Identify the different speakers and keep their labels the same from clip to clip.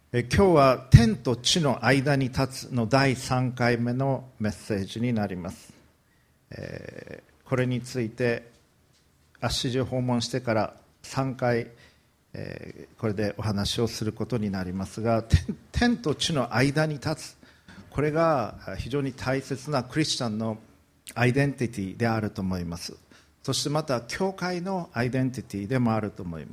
Speaker 1: 今日は天と地の間に立つの第3回目のメッセージになります。これについてアッシジを訪問してから3回、これでお話をすることになりますが、天と地の間に立つ、これが非常に大切なクリスチャンのアイデンティティであると思います。そしてまた教会のアイデンティティでもあると思います。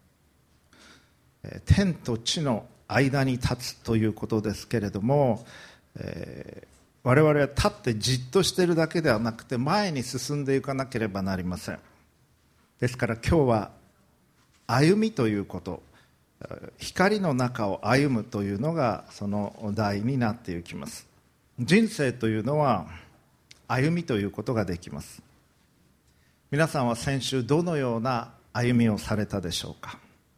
Speaker 1: 天と地の間に立つということですけれども、我々は立ってじっとしているだけではなくて前に進んでいかなければなりません。ですから今日は歩みということ、光の中を歩むというのがその題になっていきます。人生というのは歩みということができます。皆さんは先週どのような歩みをされたでしょうか。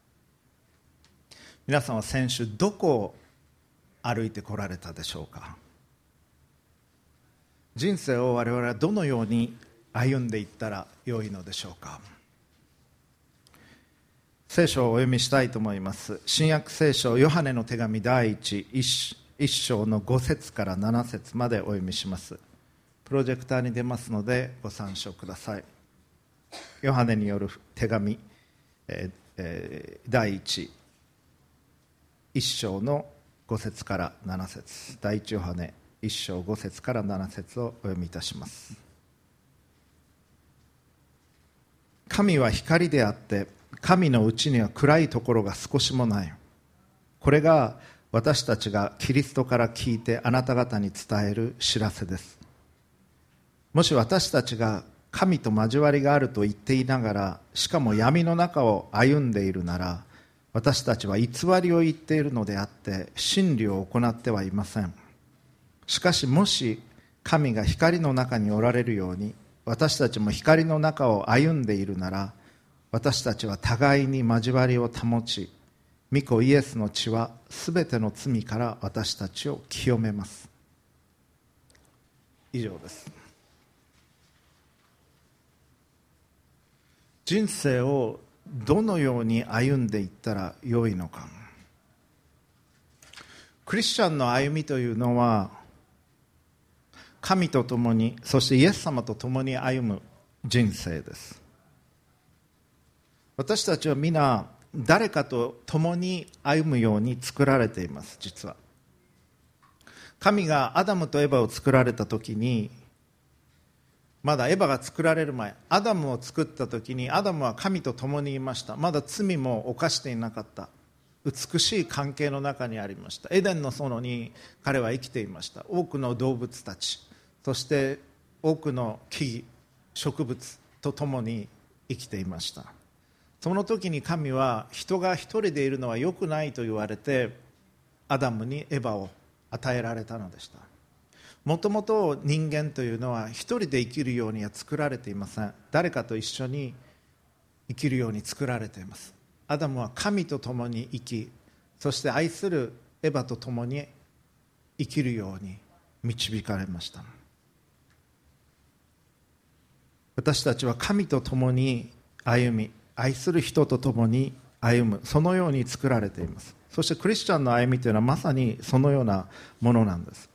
Speaker 1: 皆さんは先週どこを歩いてこられたでしょうか。人生を我々はどのように歩んでいったらよいのでしょうか。聖書をお読みしたいと思います。新約聖書ヨハネの手紙第1章の5節から7節までお読みします。プロジェクターに出ますのでご参照ください。ヨハネによる手紙、第1章の5節から7節、第一ヨハネ1章5節から7節をお読みいたします。神は光であって神のうちには暗いところが少しもない。これが私たちがキリストから聞いてあなた方に伝える知らせです。もし私たちが神と交わりがあると言っていながら、しかも闇の中を歩んでいるなら、私たちは偽りを言っているのであって真理を行ってはいません。しかしもし神が光の中におられるように私たちも光の中を歩んでいるなら、私たちは互いに交わりを保ち、御子イエスの血はすべての罪から私たちを清めます。以上です。人生をどのように歩んでいったらよいのか。クリスチャンの歩みというのは神と共に、そしてイエス様と共に歩む人生です。私たちは皆誰かと共に歩むように作られています。実は神がアダムとエバを作られた時に、まだエバが作られる前、アダムを作った時にアダムは神と共にいました。まだ罪も犯していなかった。美しい関係の中にありました。エデンの園に彼は生きていました。多くの動物たち、そして多くの木々、植物と共に生きていました。その時に神は人が一人でいるのは良くないと言われてアダムにエバを与えられたのでした。もともと人間というのは一人で生きるようには作られていません。誰かと一緒に生きるように作られています。アダムは神と共に生き、そして愛するエバと共に生きるように導かれました。私たちは神と共に歩み、愛する人と共に歩む、そのように作られています。そしてクリスチャンの歩みというのはまさにそのようなものなんです。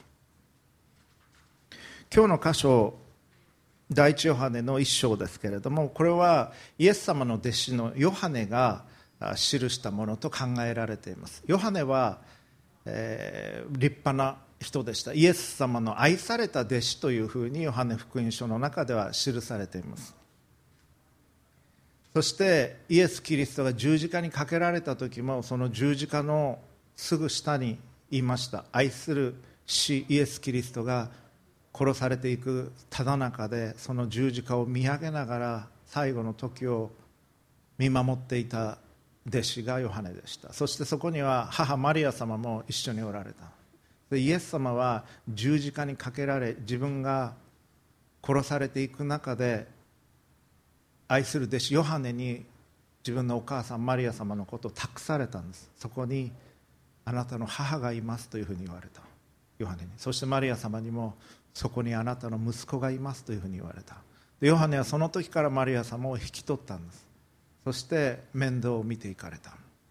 Speaker 1: 今日の箇所、第一ヨハネの1章ですけれども、これはイエス様の弟子のヨハネが記したものと考えられています。ヨハネは、立派な人でした。イエス様の愛された弟子というふうにヨハネ福音書の中では記されています。そしてイエス・キリストが十字架にかけられた時も、その十字架のすぐ下に言いました。愛する死イエス・キリストが殺されていくただ中で、その十字架を見上げながら最後の時を見守っていた弟子がヨハネでした。そしてそこには母マリア様も一緒におられた。でイエス様は十字架にかけられ、自分が殺されていく中で愛する弟子ヨハネに自分のお母さんマリア様のことを託されたんです。そこにあなたの母がいますというふうに言われた、ヨハネに。そしてマリア様にもそこにあなたの息子がいますというふうに言われた。でヨハネはその時からマリア様を引き取ったんです。そして面倒を見ていかれた。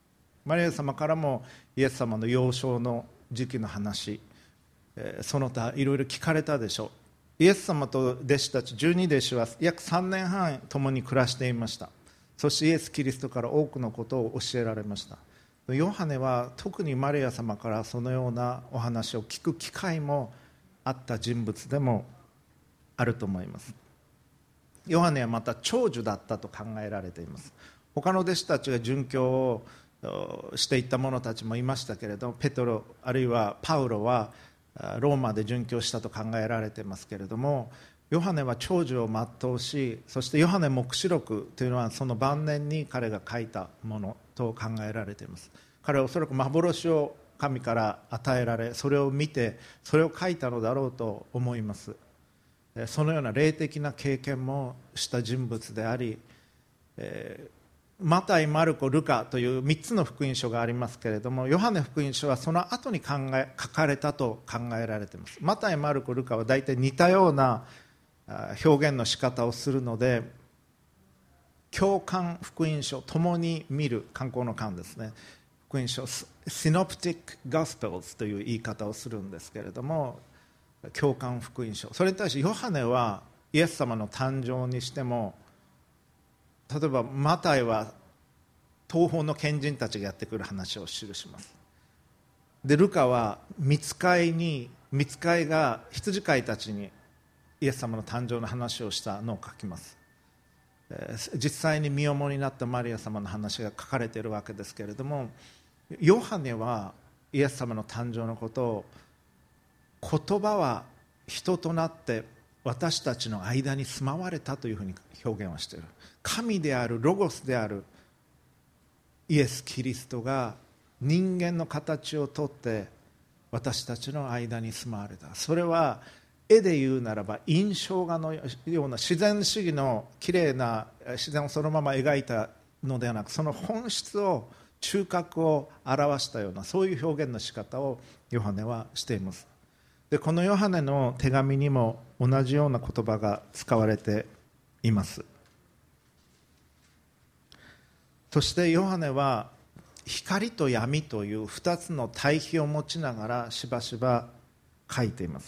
Speaker 1: マリア様からもイエス様の幼少の時期の話、その他いろいろ聞かれたでしょう。イエス様と弟子たち12弟子は約3年半共に暮らしていました。そしてイエス・キリストから多くのことを教えられました。ヨハネは特にマリア様からそのようなお話を聞く機会もあった人物でもあると思います。ヨハネはまた長寿だったと考えられています。他の弟子たちが殉教をしていった者たちもいましたけれど、ペトロあるいはパウロはローマで殉教したと考えられていますけれども、ヨハネは長寿を全うし、そしてヨハネ黙示録というのはその晩年に彼が書いたものと考えられています。彼はおそらく幻を神から与えられ、それを見てそれを書いたのだろうと思います。そのような霊的な経験もした人物であり、マタイ、マルコ、ルカという3つの福音書がありますけれども、ヨハネ福音書はその後に書かれたと考えられています。マタイ、マルコ、ルカは大体似たような表現の仕方をするので、共感福音書、共に見る、観光の観ですね、福音書、Synoptic Gospels という言い方をするんですけれども、共感福音書、それに対してヨハネはイエス様の誕生にしても、例えばマタイは東方の賢人たちがやってくる話を記します。でルカは御使いが羊飼いたちにイエス様の誕生の話をしたのを書きます。実際に身重になったマリア様の話が書かれているわけですけれども、ヨハネはイエス様の誕生のことを、言葉は人となって私たちの間に住まわれたというふうに表現をしている。神であるロゴスであるイエス・キリストが人間の形をとって私たちの間に住まわれた。それは絵で言うならば印象画のような自然主義のきれいな自然をそのまま描いたのではなく、その本質を、中核を表したような、そういう表現の仕方をヨハネはしています。でこのヨハネの手紙にも同じような言葉が使われています。そしてヨハネは光と闇という2つの対比を持ちながらしばしば書いています。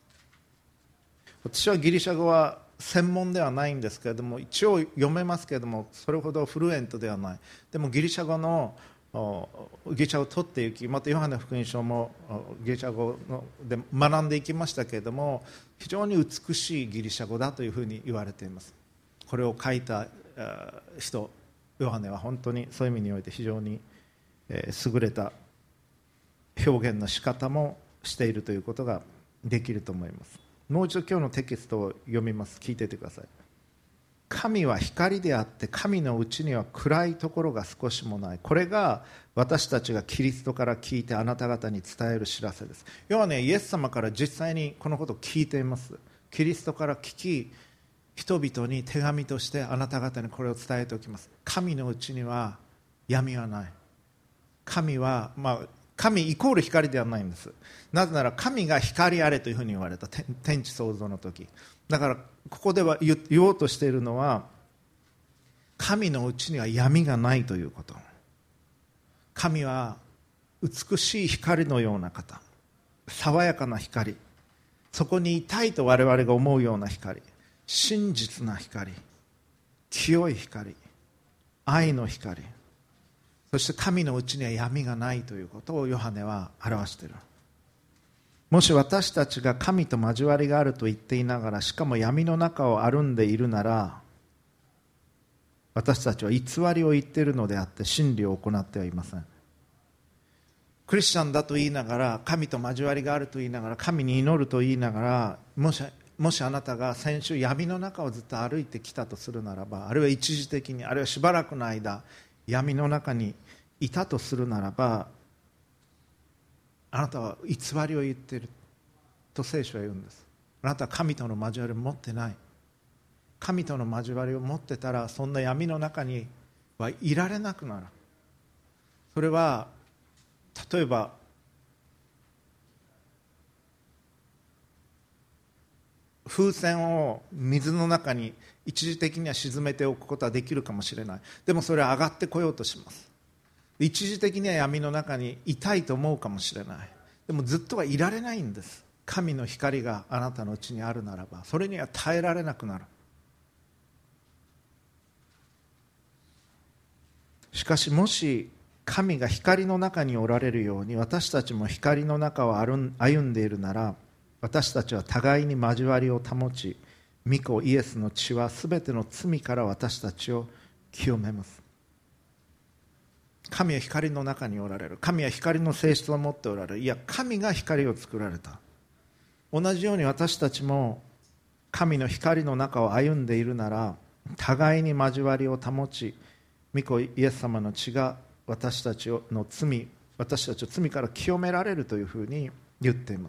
Speaker 1: 私はギリシャ語は専門ではないんですけれども、一応読めますけれどもそれほどフルエントではない。でもギリシャ語を取っていき、またヨハネ福音書もギリシャ語で学んでいきましたけれども、非常に美しいギリシャ語だというふうに言われています。これを書いた人、ヨハネは本当にそういう意味において非常に優れた表現の仕方もしているということができると思います。もう一度今日のテキストを読みます。聞いていてください。神は光であって神のうちには暗いところが少しもない。これが私たちがキリストから聞いてあなた方に伝える知らせです。要はね、イエス様から実際にこのことを聞いています。キリストから聞き、人々に手紙としてあなた方にこれを伝えておきます。神のうちには闇はない。神は、神イコール光ではないんです。なぜなら神が光あれというふうに言われた、天地創造の時。だからここでは言おうとしているのは、神のうちには闇がないということ。神は美しい光のような方、爽やかな光、そこにいたいと我々が思うような光、真実な光、清い光、愛の光、そして神のうちには闇がないということをヨハネは表している。もし私たちが神と交わりがあると言っていながら、しかも闇の中を歩んでいるなら、私たちは偽りを言っているのであって真理を行ってはいません。クリスチャンだと言いながら、神と交わりがあると言いながら、神に祈ると言いながら、もしあなたが先週闇の中をずっと歩いてきたとするならば、あるいは一時的に、あるいはしばらくの間闇の中にいたとするならば、あなたは偽りを言っていると聖書は言うんです。あなたは神との交わりを持ってない。神との交わりを持ってたら、そんな闇の中にはいられなくなる。それは例えば風船を水の中に一時的には沈めておくことはできるかもしれない。でもそれは上がってこようとします。 一時的には闇の中にいたいと思うかもしれない。でもずっとはいられないんです。神の光があなたのうちにあるならば、それには耐えられなくなる。しかしもし神が光の中におられるように私たちも光の中を歩んでいるなら、私たちは互いに交わりを保ち、御子イエスの血はすべての罪から私たちを清めます。神は光の中におられる。神は光の性質を持っておられる。いや、神が光を作られた。同じように私たちも神の光の中を歩んでいるなら、互いに交わりを保ち、御子イエス様の血が私たちを罪から清められるというふうに言っています。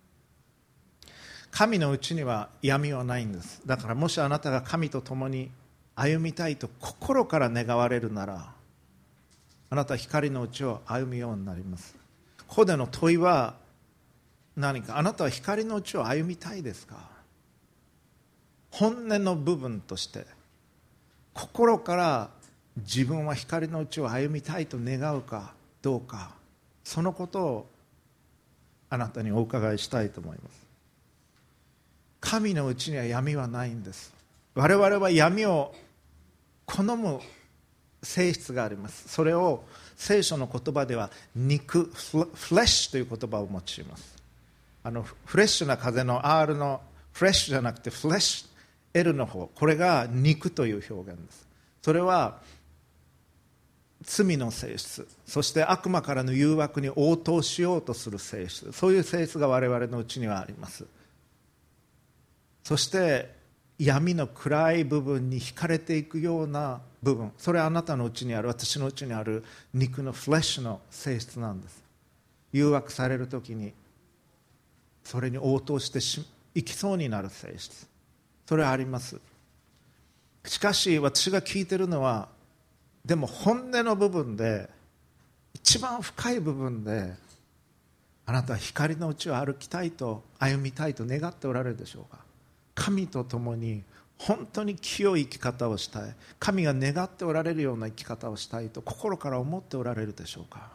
Speaker 1: 神のうちには闇はないんです。だからもしあなたが神と共に歩みたいと心から願われるなら、あなたは光のうちを歩むようになります。ここでの問いは何か、あなたは光のうちを歩みたいですか？本音の部分として心から自分は光のうちを歩みたいと願うかどうか、そのことをあなたにお伺いしたいと思います。神のうちには闇はないんです。我々は闇を好む性質があります。それを聖書の言葉では肉、フレッシュという言葉を用います。フレッシュな風の R のフレッシュじゃなくてフレッシュ L の方、これが肉という表現です。それは罪の性質、そして悪魔からの誘惑に応答しようとする性質、そういう性質が我々のうちにはあります。そして闇の暗い部分に惹かれていくような部分、それはあなたのうちにある、私のうちにある肉のフレッシュの性質なんです。誘惑されるときにそれに応答していきそうになる性質、それはあります。しかし私が聞いているのは、でも本音の部分で、一番深い部分であなたは光のうちを歩きたいと、歩みたいと願っておられるでしょうか？神と共に本当に清い生き方をしたい、神が願っておられるような生き方をしたいと心から思っておられるでしょうか？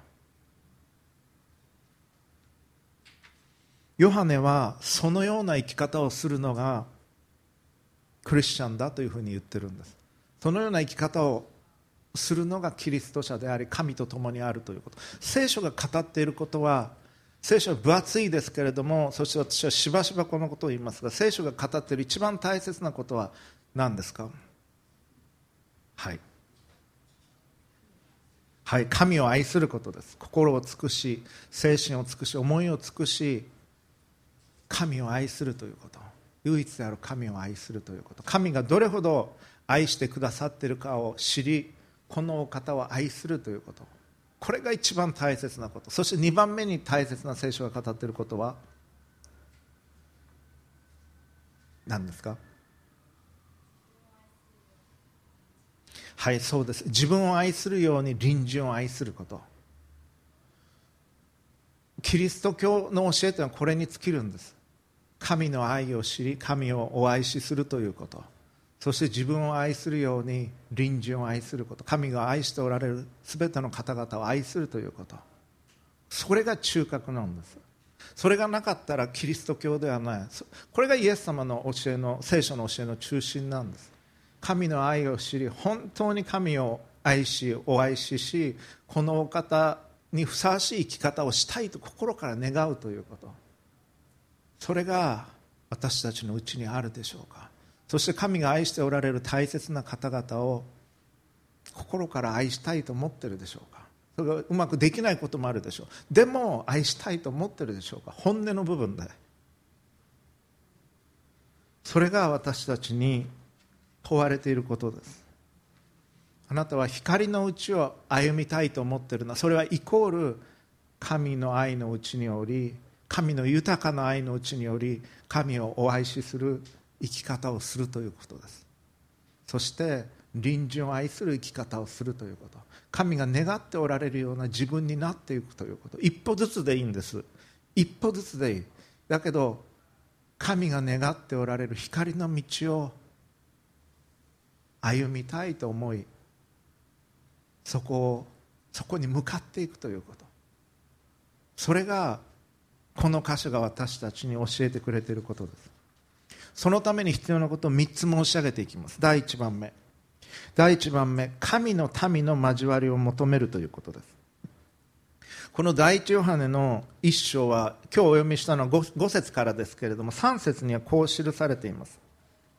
Speaker 1: ヨハネはそのような生き方をするのがクリスチャンだというふうに言ってるんです。そのような生き方をするのがキリスト者であり、神と共にあるということ。聖書が語っていることは、聖書は分厚いですけれども、そして私はしばしばこのことを言いますが、聖書が語っている一番大切なことは何ですか？はい、神を愛することです。心を尽くし、精神を尽くし、思いを尽くし、神を愛するということ、唯一である神を愛するということ、神がどれほど愛してくださっているかを知り、このお方を愛するということ、これが一番大切なこと。そして2番目に大切な聖書が語っていることは何ですか？はい、そうです。自分を愛するように隣人を愛すること。キリスト教の教えというのはこれに尽きるんです。神の愛を知り、神をお愛しするということ、そして自分を愛するように隣人を愛すること、神が愛しておられるすべての方々を愛するということ、それが中核なんです。それがなかったらキリスト教ではない。これがイエス様の教えの、聖書の教えの中心なんです。神の愛を知り、本当に神を愛しお愛し、このお方にふさわしい生き方をしたいと心から願うということ、それが私たちのうちにあるでしょうか？そして神が愛しておられる大切な方々を心から愛したいと思っているでしょうか？それがうまくできないこともあるでしょう。でも愛したいと思っているでしょうか？本音の部分で。それが私たちに問われていることです。あなたは光のうちを歩みたいと思っているのは、それはイコール神の愛のうちにより、神の豊かな愛のうちにより神をお愛しする生き方をするということです。そして隣人を愛する生き方をするということ、神が願っておられるような自分になっていくということ、一歩ずつでいいんです。一歩ずつでいい。だけど神が願っておられる光の道を歩みたいと思い、そそこに向かっていくということ、それがこの箇所が私たちに教えてくれていることです。そのために必要なことを3つ申し上げていきます。第1番目、神の民の交わりを求めるということです。この第一ヨハネの一章は今日お読みしたのは 5節からですけれども、3節にはこう記されています。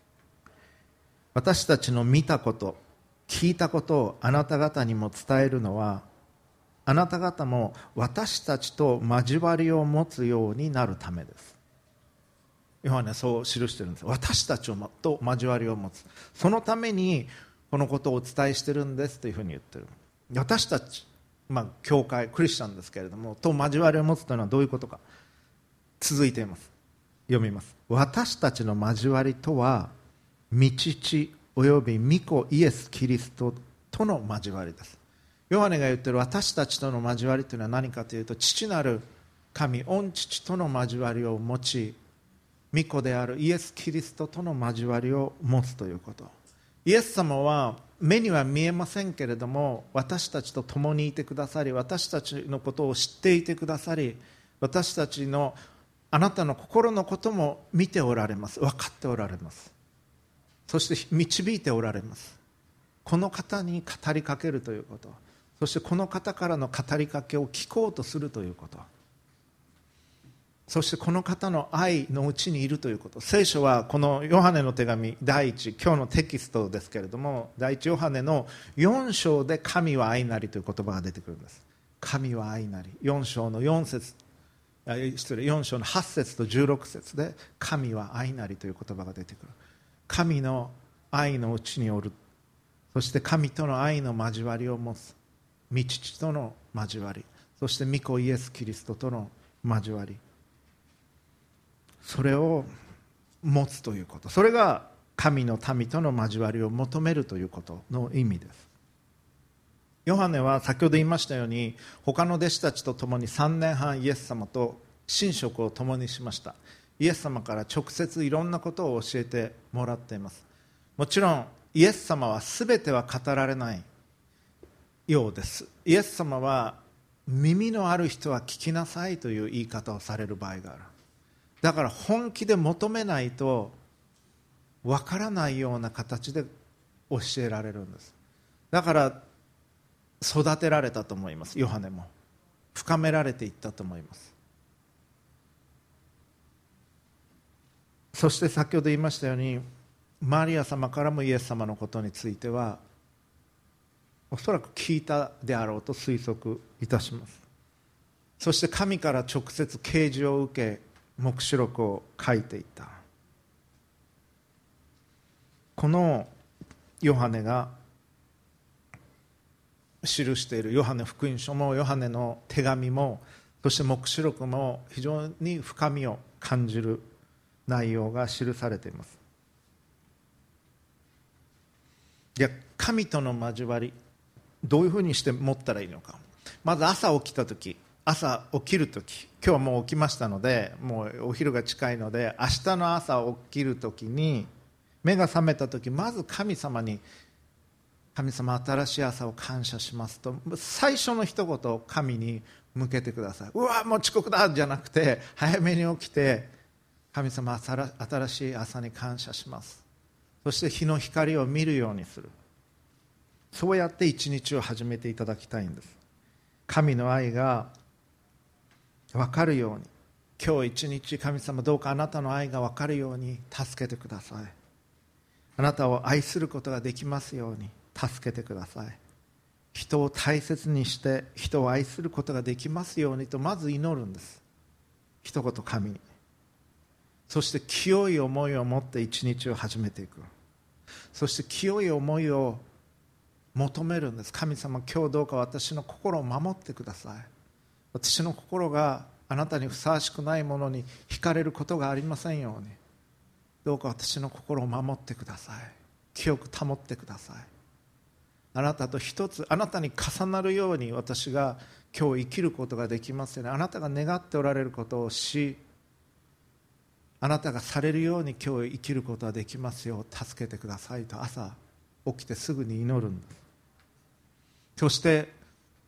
Speaker 1: 私たちの見たこと聞いたことをあなた方にも伝えるのは、あなた方も私たちと交わりを持つようになるためです。ヨハネはそう記しているんです。私たちと交わりを持つ、そのためにこのことをお伝えしているんですというふうに言っている。私たち、教会クリスチャンですけれどもと交わりを持つというのはどういうことか。続いています。読みます。私たちの交わりとは、御父および御子イエス・キリストとの交わりです。ヨハネが言っている私たちとの交わりというのは何かというと、父なる神御父との交わりを持ち、御子であるイエス・キリストとの交わりを持つということ。イエス様は目には見えませんけれども、私たちと共にいてくださり、私たちのことを知っていてくださり、私たちのあなたの心のことも見ておられます。分かっておられます。そして導いておられます。この方に語りかけるということ、そしてこの方からの語りかけを聞こうとするということ、そしてこの方の愛のうちにいるということ。聖書はこのヨハネの手紙第一、今日のテキストですけれども、第一ヨハネの4章で神は愛なりという言葉が出てくるんです。神は愛なり、4章の8節と16節で神は愛なりという言葉が出てくる。神の愛のうちにおる、そして神との愛の交わりを持つ、御父との交わり、そして御子イエス・キリストとの交わり、それを持つということ、それが神の民との交わりを求めるということの意味です。ヨハネは先ほど言いましたように、他の弟子たちと共に3年半イエス様と寝食を共にしました。イエス様から直接いろんなことを教えてもらっています。もちろんイエス様は全ては語られないようです。イエス様は耳のある人は聞きなさいという言い方をされる場合がある。だから本気で求めないとわからないような形で教えられるんです。だから育てられたと思います。ヨハネも深められていったと思います。そして先ほど言いましたように、マリア様からもイエス様のことについてはおそらく聞いたであろうと推測いたします。そして神から直接啓示を受け、黙示録を書いていった。このヨハネが記しているヨハネ福音書もヨハネの手紙も、そして黙示録も非常に深みを感じる内容が記されています。じゃあ神との交わり、どういうふうにして持ったらいいのか。まず朝起きた時、朝起きる時、今日はもう起きましたので、もうお昼が近いので、明日の朝起きる時に目が覚めた時、まず神様に、神様新しい朝を感謝しますと最初の一言を神に向けてください。うわもう遅刻だじゃなくて、早めに起きて、神様新しい朝に感謝します、そして日の光を見るようにする。そうやって一日を始めていただきたいんです。神の愛が分かるように、今日一日神様どうかあなたの愛が分かるように助けてください。あなたを愛することができますように助けてください。人を大切にして人を愛することができますようにとまず祈るんです。一言神に。そして清い思いを持って一日を始めていく。そして清い思いを求めるんです。神様今日どうか私の心を守ってください。私の心があなたにふさわしくないものに惹かれることがありませんように、どうか私の心を守ってください。清く保ってください。あなたと一つ、あなたに重なるように私が今日生きることができますよね。あなたが願っておられることをし、あなたがされるように今日生きることができますよう助けてくださいと朝起きてすぐに祈るんです。そして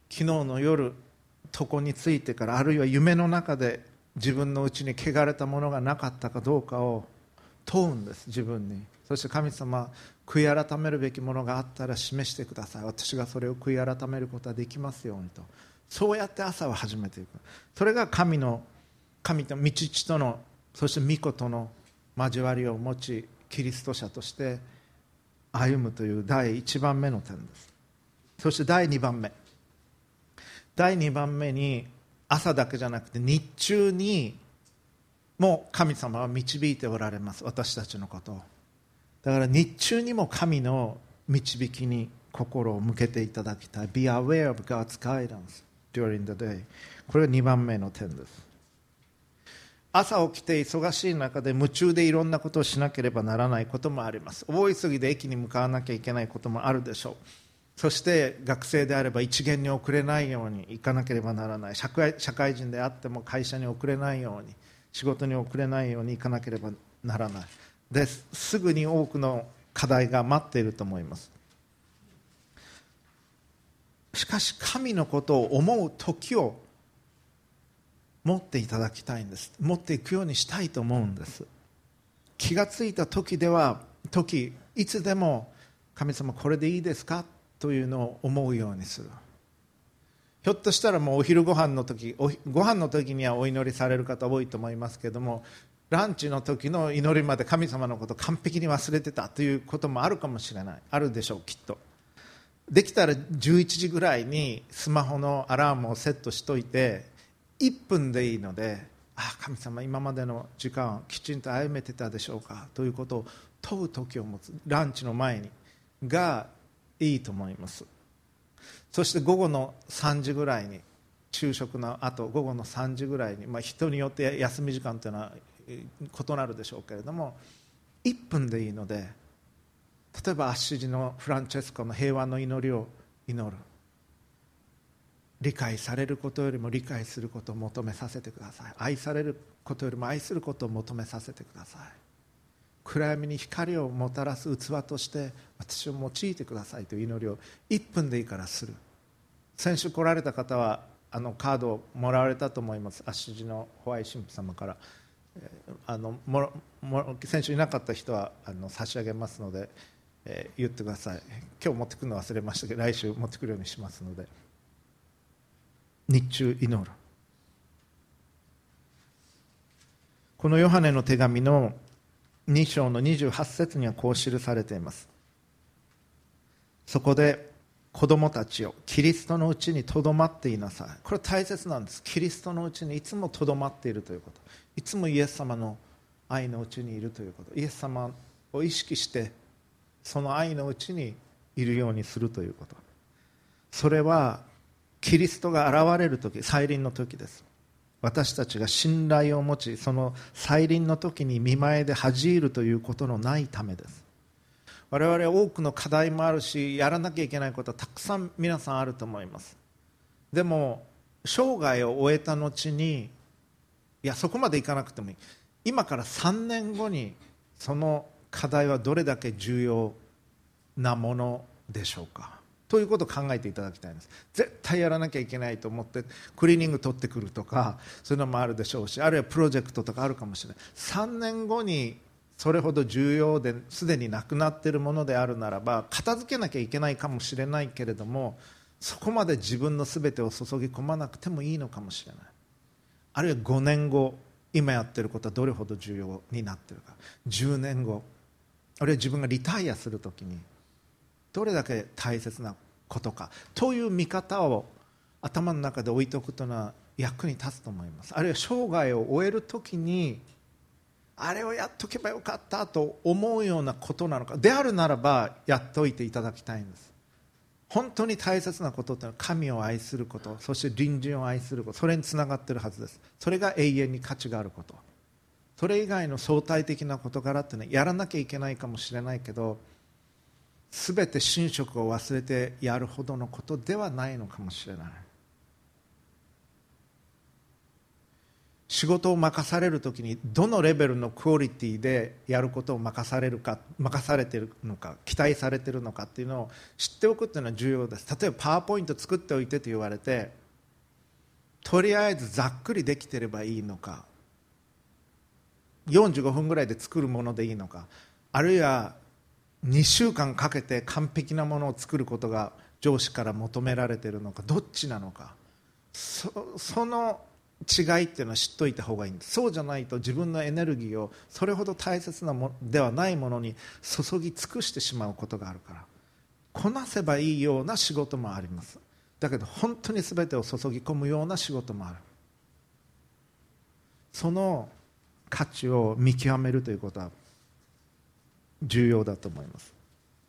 Speaker 1: 昨日の夜床についてから、あるいは夢の中で自分のうちに汚れたものがなかったかどうかを問うんです、自分に。そして神様、悔い改めるべきものがあったら示してください、私がそれを悔い改めることができますようにと、そうやって朝を始めていく。それが神と御父との、そして御子との交わりを持ち、キリスト者として歩むという第1番目の点です。そして第2番目に、朝だけじゃなくて日中にも神様は導いておられます、私たちのことを。だから日中にも神の導きに心を向けていただきたい。 Be aware of God's guidance during the day。 これが2番目の点です。朝起きて忙しい中で夢中でいろんなことをしなければならないこともあります。大急ぎで駅に向かわなきゃいけないこともあるでしょう。そして学生であれば一元に遅れないように行かなければならない。社会人であっても会社に遅れないように、仕事に遅れないように行かなければならないです。すぐに多くの課題が待っていると思います。しかし神のことを思う時を持っていただきたいんです。持っていくようにしたいと思うんです。気がついた時いつでも神様これでいいですかというのを思うようにする。ひょっとしたらもうお昼ご飯の時にはお祈りされる方多いと思いますけれども、ランチの時の祈りまで神様のことを完璧に忘れてたということもあるかもしれない。あるでしょう、きっと。できたら11時ぐらいにスマホのアラームをセットしといて、1分でいいので、神様今までの時間をきちんと歩めてたでしょうかということを問う時を持つ。ランチの前にがいいと思います。そして午後の3時ぐらいに、昼食の後午後の3時ぐらいに、人によって休み時間というのは異なるでしょうけれども、1分でいいので、例えばアッシジのフランチェスコの平和の祈りを祈る。理解されることよりも理解することを求めさせてください。愛されることよりも愛することを求めさせてください。暗闇に光をもたらす器として私を用いてくださいという祈りを1分でいいからする。先週来られた方はカードをもらわれたと思います。アッシジのホワイ神父様から。先週いなかった人は差し上げますので、言ってください。今日持ってくるの忘れましたけど、来週持ってくるようにしますので。日中祈る。このヨハネの手紙の2章の28節にはこう記されています。そこで子供たちをキリストのうちにとどまっていなさい。これは大切なんです。キリストのうちにいつもとどまっているということ、いつもイエス様の愛のうちにいるということ、イエス様を意識してその愛のうちにいるようにするということ、それはキリストが現れる時、再臨の時です。私たちが信頼を持ち、その再臨の時に見前で恥じるということのないためです。我々は多くの課題もあるし、やらなきゃいけないことはたくさん皆さんあると思います。でも生涯を終えた後に、そこまでいかなくてもいい、今から3年後にその課題はどれだけ重要なものでしょうかということを考えていただきたいんです。絶対やらなきゃいけないと思ってクリーニング取ってくるとか、そういうのもあるでしょうし、あるいはプロジェクトとかあるかもしれない。3年後にそれほど重要ですでになくなっているものであるならば、片付けなきゃいけないかもしれないけれども、そこまで自分の全てを注ぎ込まなくてもいいのかもしれない。あるいは5年後、今やっていることはどれほど重要になっているか、10年後、あるいは自分がリタイアするときにどれだけ大切なことかという見方を頭の中で置いておくというのは役に立つと思います。あるいは生涯を終えるときに、あれをやっとけばよかったと思うようなことなのかであるならば、やっておいていただきたいんです。本当に大切なことというのは神を愛すること、そして隣人を愛すること、それにつながっているはずです。それが永遠に価値があること。それ以外の相対的な事柄っていうのはやらなきゃいけないかもしれないけど、全て寝食を忘れてやるほどのことではないのかもしれない。 仕事を任されるときにどのレベルのクオリティでやることを任されているのか、期待されているのかっていうのを知っておくっていうのは重要です。例えばパワーポイント作っておいてと言われて、とりあえずざっくりできてればいいのか、45分ぐらいで作るものでいいのか、あるいは2週間かけて完璧なものを作ることが上司から求められているのか、どっちなのか、その違いっていうのは知っておいた方がいいんです。そうじゃないと自分のエネルギーをそれほど大切なものではないものに注ぎ尽くしてしまうことがあるから、こなせばいいような仕事もあります。だけど本当に全てを注ぎ込むような仕事もある。その価値を見極めるということは重要だと思います。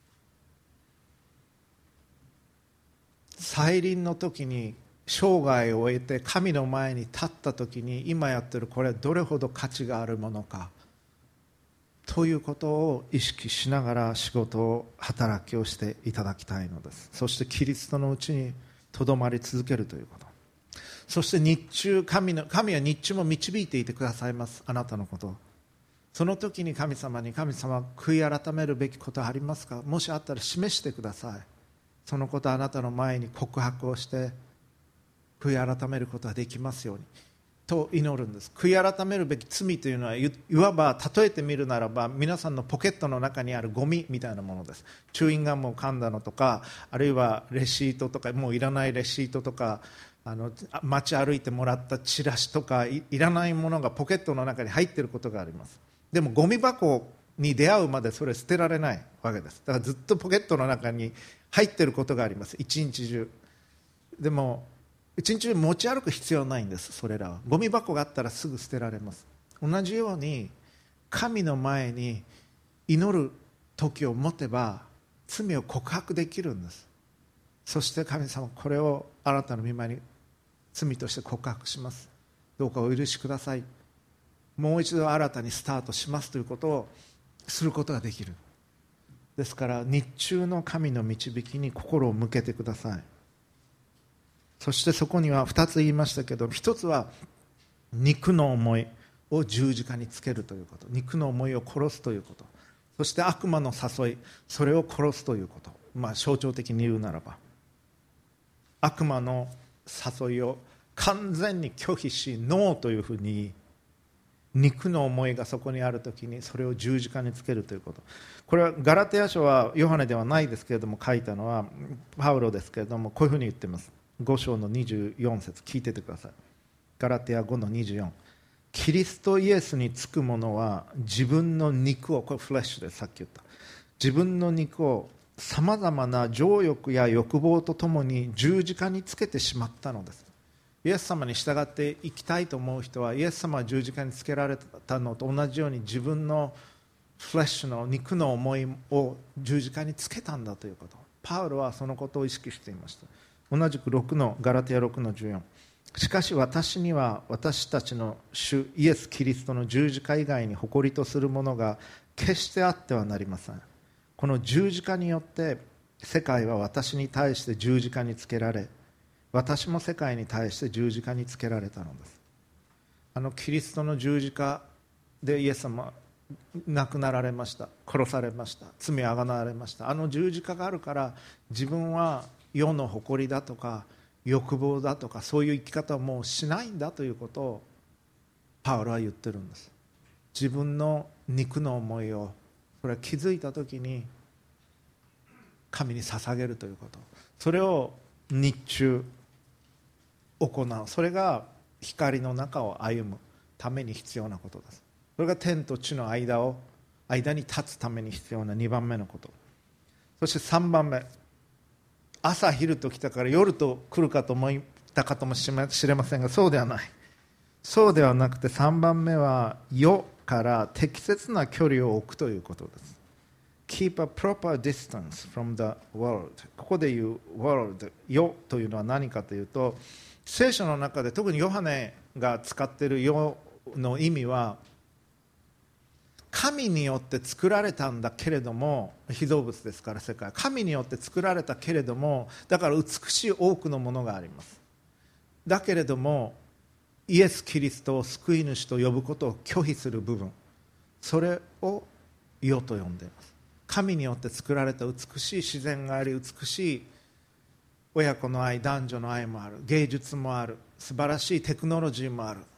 Speaker 1: 再臨の時に生涯を終えて神の前に立った時に、今やってるこれはどれほど価値があるものかということを意識しながら仕事を働きをしていただきたいのです。そしてキリストのうちにとどまり続けるということ。そして日中、神は日中も導いていてくださいます。あなたのことを。その時に神様、悔い改めるべきことはありますか、もしあったら示してください。そのことをあなたの前に告白をして悔い改めることができますようにと祈るんです。悔い改めるべき罪というのはいわば例えてみるならば、皆さんのポケットの中にあるゴミみたいなものです。チューインガムを噛んだのとか、あるいはレシートとか、もういらないレシートとか、街歩いてもらったチラシとか、いらないものがポケットの中に入っていることがあります。でもゴミ箱に出会うまでそれ捨てられないわけです。だからずっとポケットの中に入っていることがあります、一日中。でも一日中持ち歩く必要はないんです。それらはゴミ箱があったらすぐ捨てられます。同じように神の前に祈る時を持てば罪を告白できるんです。そして神様、これをあなたの御前に罪として告白します、どうかお許しください、もう一度新たにスタートしますということをすることができる。ですから日中の神の導きに心を向けてください。そしてそこには2つ言いましたけど、1つは肉の思いを十字架につけるということ、肉の思いを殺すということ、そして悪魔の誘い、それを殺すということ、象徴的に言うならば悪魔の誘いを完全に拒否しノーというふうに言い、肉の思いがそこにあるときにそれを十字架につけるということ。これはガラテヤ書はヨハネではないですけれども書いたのはパウロですけれども、こういうふうに言っています。5章の24節聞いててください。ガラテヤ5の24、キリストイエスにつく者は自分の肉を、これフレッシュでさっき言った自分の肉をさまざまな情欲や欲望とともに十字架につけてしまったのです。イエス様に従っていきたいと思う人は、イエス様は十字架につけられたのと同じように自分のフレッシュの肉の思いを十字架につけたんだということ。パウロはそのことを意識していました。同じくガラテヤ6の14、しかし私には私たちの主イエス・キリストの十字架以外に誇りとするものが決してあってはなりません。この十字架によって世界は私に対して十字架につけられ、私も世界に対して十字架につけられたのです。キリストの十字架でイエス様は亡くなられました、殺されました、罪あがなわれました。十字架があるから自分は世の誇りだとか欲望だとかそういう生き方をもうしないんだということをパウロは言ってるんです。自分の肉の思いを、それは気づいた時に神に捧げるということ、それを日中行う、それが光の中を歩むために必要なことです。それが天と地の間に立つために必要な2番目のこと。そして3番目、朝昼と来たから夜と来るかと思ったかもしれませんが、そうではない。そうではなくて3番目は世から適切な距離を置くということです。 Keep a proper distance from the world。 ここで言う world、 世というのは何かというと、聖書の中で特にヨハネが使っている世の意味は、神によって作られたんだけれども、被造物ですから世界は神によって作られたけれども、だから美しい多くのものがあります。だけれどもイエス・キリストを救い主と呼ぶことを拒否する部分、それを世と呼んでいます。神によって作られた美しい自然があり、美しい親子の愛、男女の愛もある、芸術もある、素晴らしいテクノロジーもある。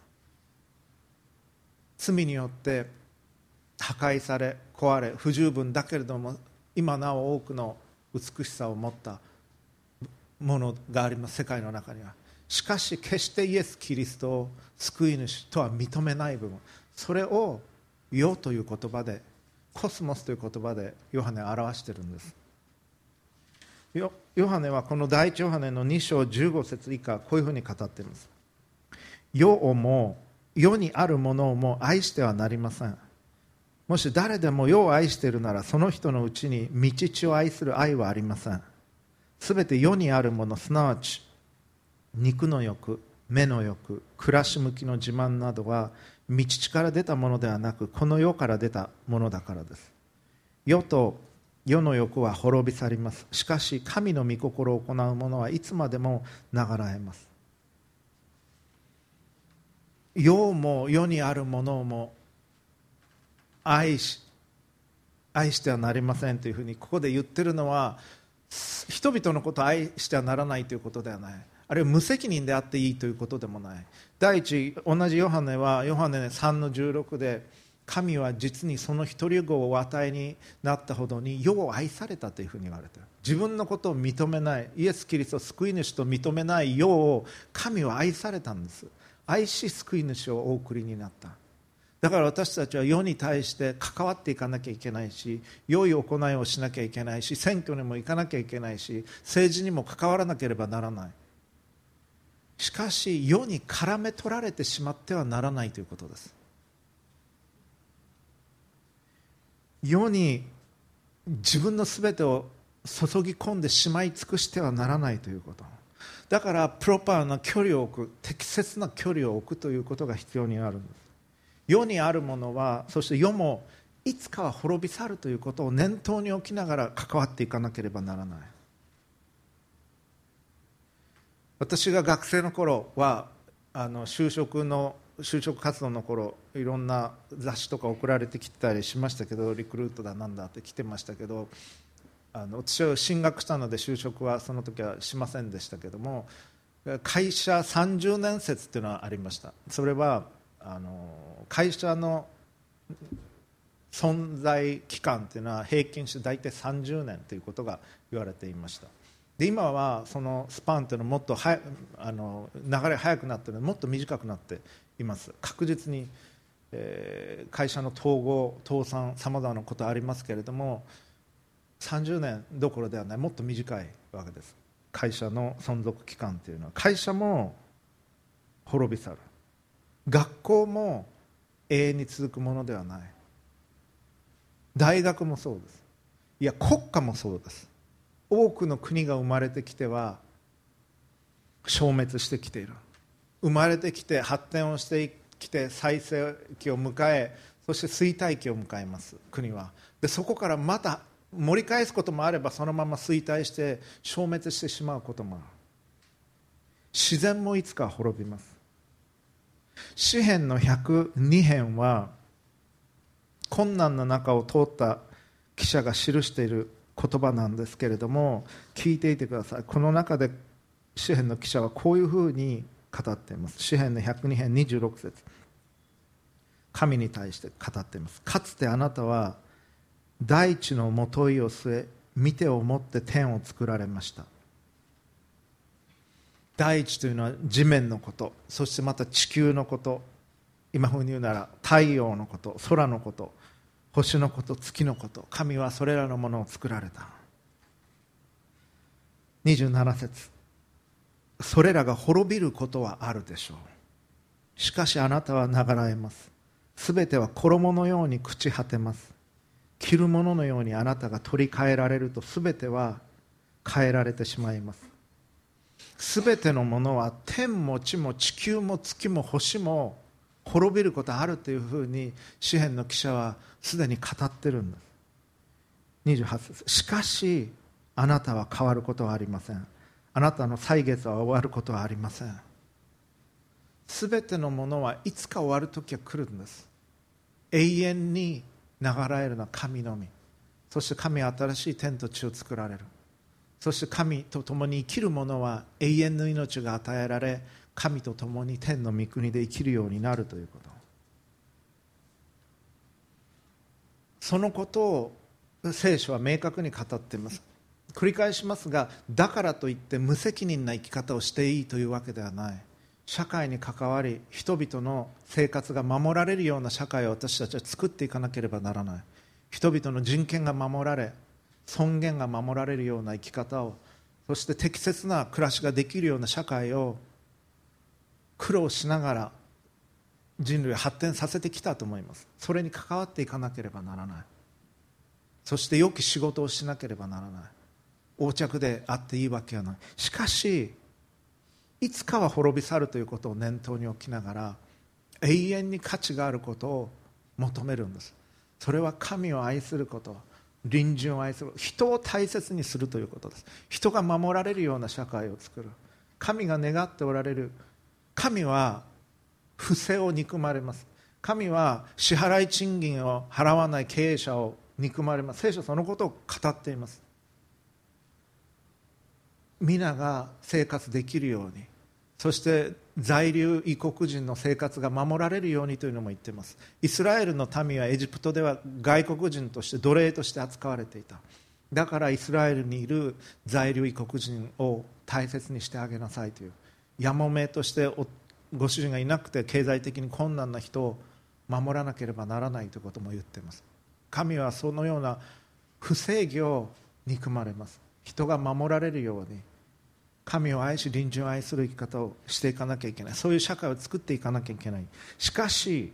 Speaker 1: 罪によって破壊され壊れ不十分だけれども、今なお多くの美しさを持ったものがあります、世界の中には。しかし決してイエス・キリストを救い主とは認めない部分、それを世という言葉で、コスモスという言葉でヨハネは表しているんです。ヨハネはこの第一ヨハネの2章15節以下、こういうふうに語っています。世をも世にあるものをも愛してはなりません。もし誰でも世を愛しているなら、その人のうちに御父を愛する愛はありません。すべて世にあるもの、すなわち肉の欲、目の欲、暮らし向きの自慢などは御父から出たものではなく、この世から出たものだからです。世と世の欲は滅び去ります。しかし神の御心を行う者はいつまでも流らえます。世も世にあるものも愛してはなりませんというふうにここで言ってるのは、人々のことを愛してはならないということではない、あるいは無責任であっていいということでもない。第一、同じヨハネはヨハネ 3:16 で、神は実にその一人子をお与えになったほどに世を愛されたというふうに言われている。自分のことを認めない、イエス・キリストを救い主と認めない世を神は愛されたんです。愛し救い主をお送りになった。だから私たちは世に対して関わっていかなきゃいけないし、良い行いをしなきゃいけないし、選挙にも行かなきゃいけないし、政治にも関わらなければならない。しかし世に絡め取られてしまってはならないということです。世に自分のすべてを注ぎ込んでしまい尽くしてはならないということ。だからプロパーな距離を置く、適切な距離を置くということが必要にあるんです。世にあるものは、そして世もいつかは滅び去るということを念頭に置きながら関わっていかなければならない。私が学生の頃は就職活動の頃、いろんな雑誌とか送られてきたりしましたけど、リクルートだなんだって来てましたけど、私は進学したので就職はその時はしませんでしたけども、会社30年説っていうのはありました。それは会社の存在期間というのは平均して大体30年ということが言われていました。で今はそのスパンというのはもっと流れ早くなっているので、もっと短くなっています。確実に、会社の統合倒産さまざまなことありますけれども、30年どころではない、もっと短いわけです。会社の存続期間というのは。会社も滅び去る、学校も永遠に続くものではない。大学もそうです。いや国家もそうです。多くの国が生まれてきては消滅してきている。生まれてきて発展をしてきて最盛期を迎え、そして衰退期を迎えます。国はでそこからまた盛り返すこともあれば、そのまま衰退して消滅してしまうこともある。自然もいつか滅びます。詩編の102編は困難な中を通った記者が記している言葉なんですけれども、聞いていてください。この中で詩編の記者はこういうふうに語っています。詩編の102編26節、神に対して語っています。かつてあなたは大地のもといを据え、見てをもって天を作られました。大地というのは地面のこと、そしてまた地球のこと、今風に言うなら太陽のこと、空のこと、星のこと、月のこと、神はそれらのものを作られた。27節、それらが滅びることはあるでしょう。しかしあなたは流らえます。すべては衣のように朽ち果てます。着るもののようにあなたが取り替えられると、すべては変えられてしまいます。すべてのものは、天も地も地球も月も星も滅びることあるというふうに詩編の記者はすでに語ってるんです。28節、しかしあなたは変わることはありません。あなたの歳月は終わることはありません。 すべてのものはいつか終わる時は来るんです。永遠に流れるのは神のみ。そして神は新しい天と地を作られる。そして神と共に生きる者は永遠の命が与えられ、神と共に天の御国で生きるようになるということ。そのことを聖書は明確に語っています。繰り返しますが、だからといって無責任な生き方をしていいというわけではない。社会に関わり、人々の生活が守られるような社会を私たちは作っていかなければならない。人々の人権が守られ、尊厳が守られるような生き方を、そして適切な暮らしができるような社会を苦労しながら人類を発展させてきたと思います。それに関わっていかなければならない。そして良き仕事をしなければならない。横着であっていいわけはない。しかしいつかは滅び去るということを念頭に置きながら、永遠に価値があることを求めるんです。それは神を愛すること、隣人を愛する、人を大切にするということです。人が守られるような社会を作る。神が願っておられる。神は不正を憎まれます。神は支払い賃金を払わない経営者を憎まれます。聖書はそのことを語っています。皆が生活できるように、そして在留異国人の生活が守られるようにというのも言っています。イスラエルの民はエジプトでは外国人として奴隷として扱われていた。だからイスラエルにいる在留異国人を大切にしてあげなさいという、やもめとしてご主人がいなくて経済的に困難な人を守らなければならないということも言っています。神はそのような不正義を憎まれます。人が守られるように神を愛し隣人を愛する生き方をしていかなきゃいけない。そういう社会を作っていかなきゃいけない。しかし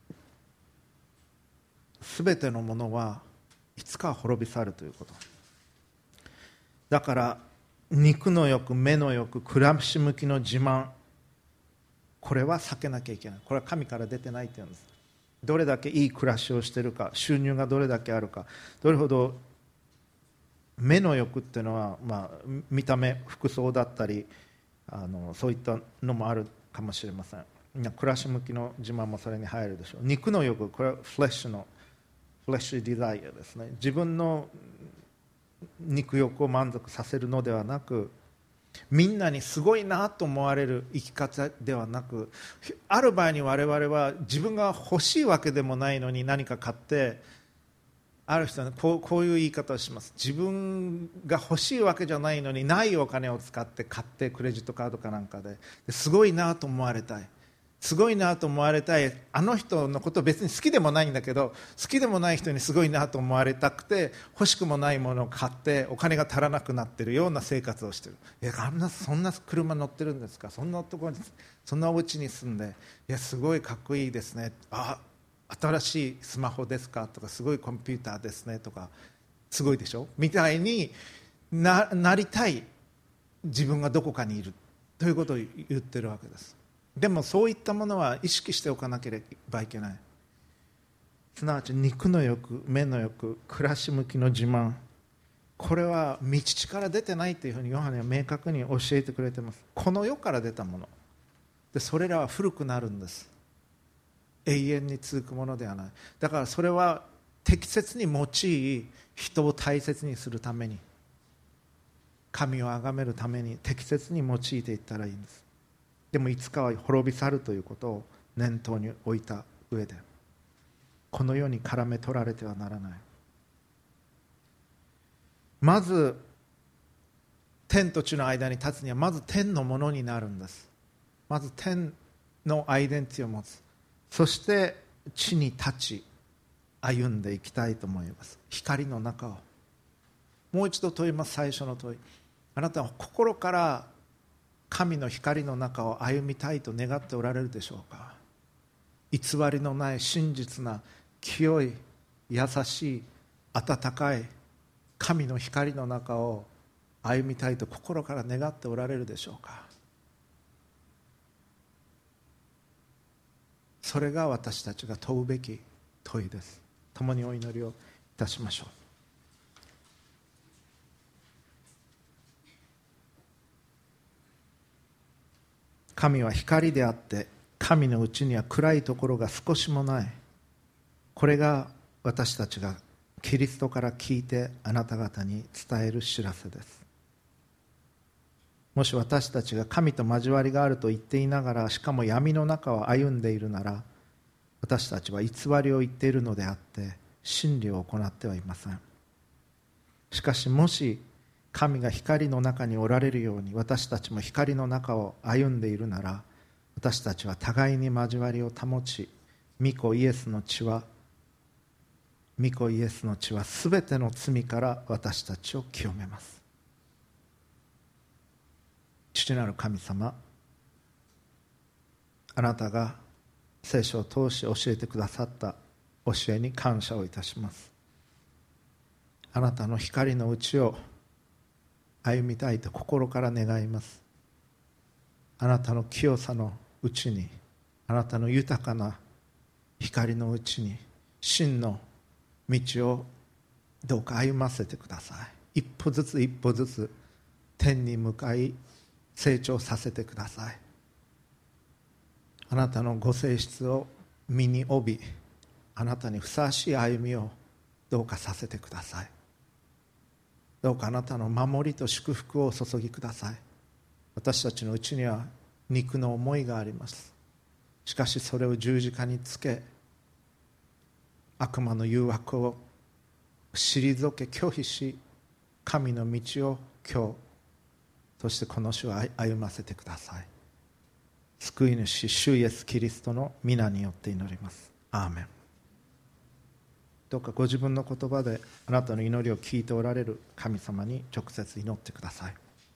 Speaker 1: 全てのものはいつか滅び去るということ。だから肉の欲、目の欲、暮らし向きの自慢、これは避けなきゃいけない。これは神から出てないというんです。どれだけいい暮らしをしているか、収入がどれだけあるか、どれほど目の欲っていうのは、見た目、服装だったりそういったのもあるかもしれません。暮らし向きの自慢もそれに入るでしょう。肉の欲、これはフレッシュデザイアですね。自分の肉欲を満足させるのではなく、みんなにすごいなと思われる生き方ではなく、ある場合に我々は自分が欲しいわけでもないのに何か買って、ある人はこういう言い方をします。自分が欲しいわけじゃないのにないお金を使って買って、クレジットカードかなんかですごいなと思われたい、すごいなと思われたい。あの人のこと別に好きでもないんだけど、好きでもない人にすごいなと思われたくて欲しくもないものを買ってお金が足らなくなっているような生活をしている。そんな車乗ってるんですか、そんなところに、そんなお家に住んで、すごいかっこいいですね、新しいスマホですかとか、すごいコンピューターですねとか、すごいでしょみたいに なりたい自分がどこかにいるということを言ってるわけです。でもそういったものは意識しておかなければいけない。すなわち肉の欲、目の欲、暮らし向きの自慢、これは道から出てないというふうにヨハネは明確に教えてくれています。この世から出たもので、それらは古くなるんです。永遠に続くものではない。だからそれは適切に用い、人を大切にするために、神を崇めるために適切に用いていったらいいんです。でもいつかは滅び去るということを念頭に置いた上で、この世に絡め取られてはならない。まず天と地の間に立つには、まず天のものになるんです。まず天のアイデンティティを持つ。そして地に立ち歩んでいきたいと思います。光の中を。もう一度問います。最初の問い、あなたは心から神の光の中を歩みたいと願っておられるでしょうか。偽りのない真実な清い、優しい、温かい神の光の中を歩みたいと心から願っておられるでしょうか。それが私たちが問うべき問いです。共にお祈りをいたしましょう。神は光であって神のうちには暗いところが少しもない。これが私たちがキリストから聞いてあなた方に伝える知らせです。もし私たちが神と交わりがあると言っていながら、しかも闇の中を歩んでいるなら、私たちは偽りを言っているのであって真理を行ってはいません。しかしもし神が光の中におられるように私たちも光の中を歩んでいるなら、私たちは互いに交わりを保ち、御子イエスの血はすべての罪から私たちを清めます。父なる神様、あなたが聖書を通し教えてくださった教えに感謝をいたします。あなたの光のうちを歩みたいと心から願います。あなたの清さのうちに、あなたの豊かな光のうちに真の道をどうか歩ませてください。一歩ずつ一歩ずつ天に向かい成長させてください。あなたのご性質を身に帯び、あなたにふさわしい歩みをどうかさせてください。どうかあなたの守りと祝福をお注ぎください。私たちのうちには肉の思いがあります。しかしそれを十字架につけ、悪魔の誘惑を退け拒否し、神の道を今日そしてこの主を歩ませてください。救い主主イエスキリストの皆によって祈ります。アーメン。どうかご自分の言葉であなたの祈りを聞いておられる神様に直接祈ってください。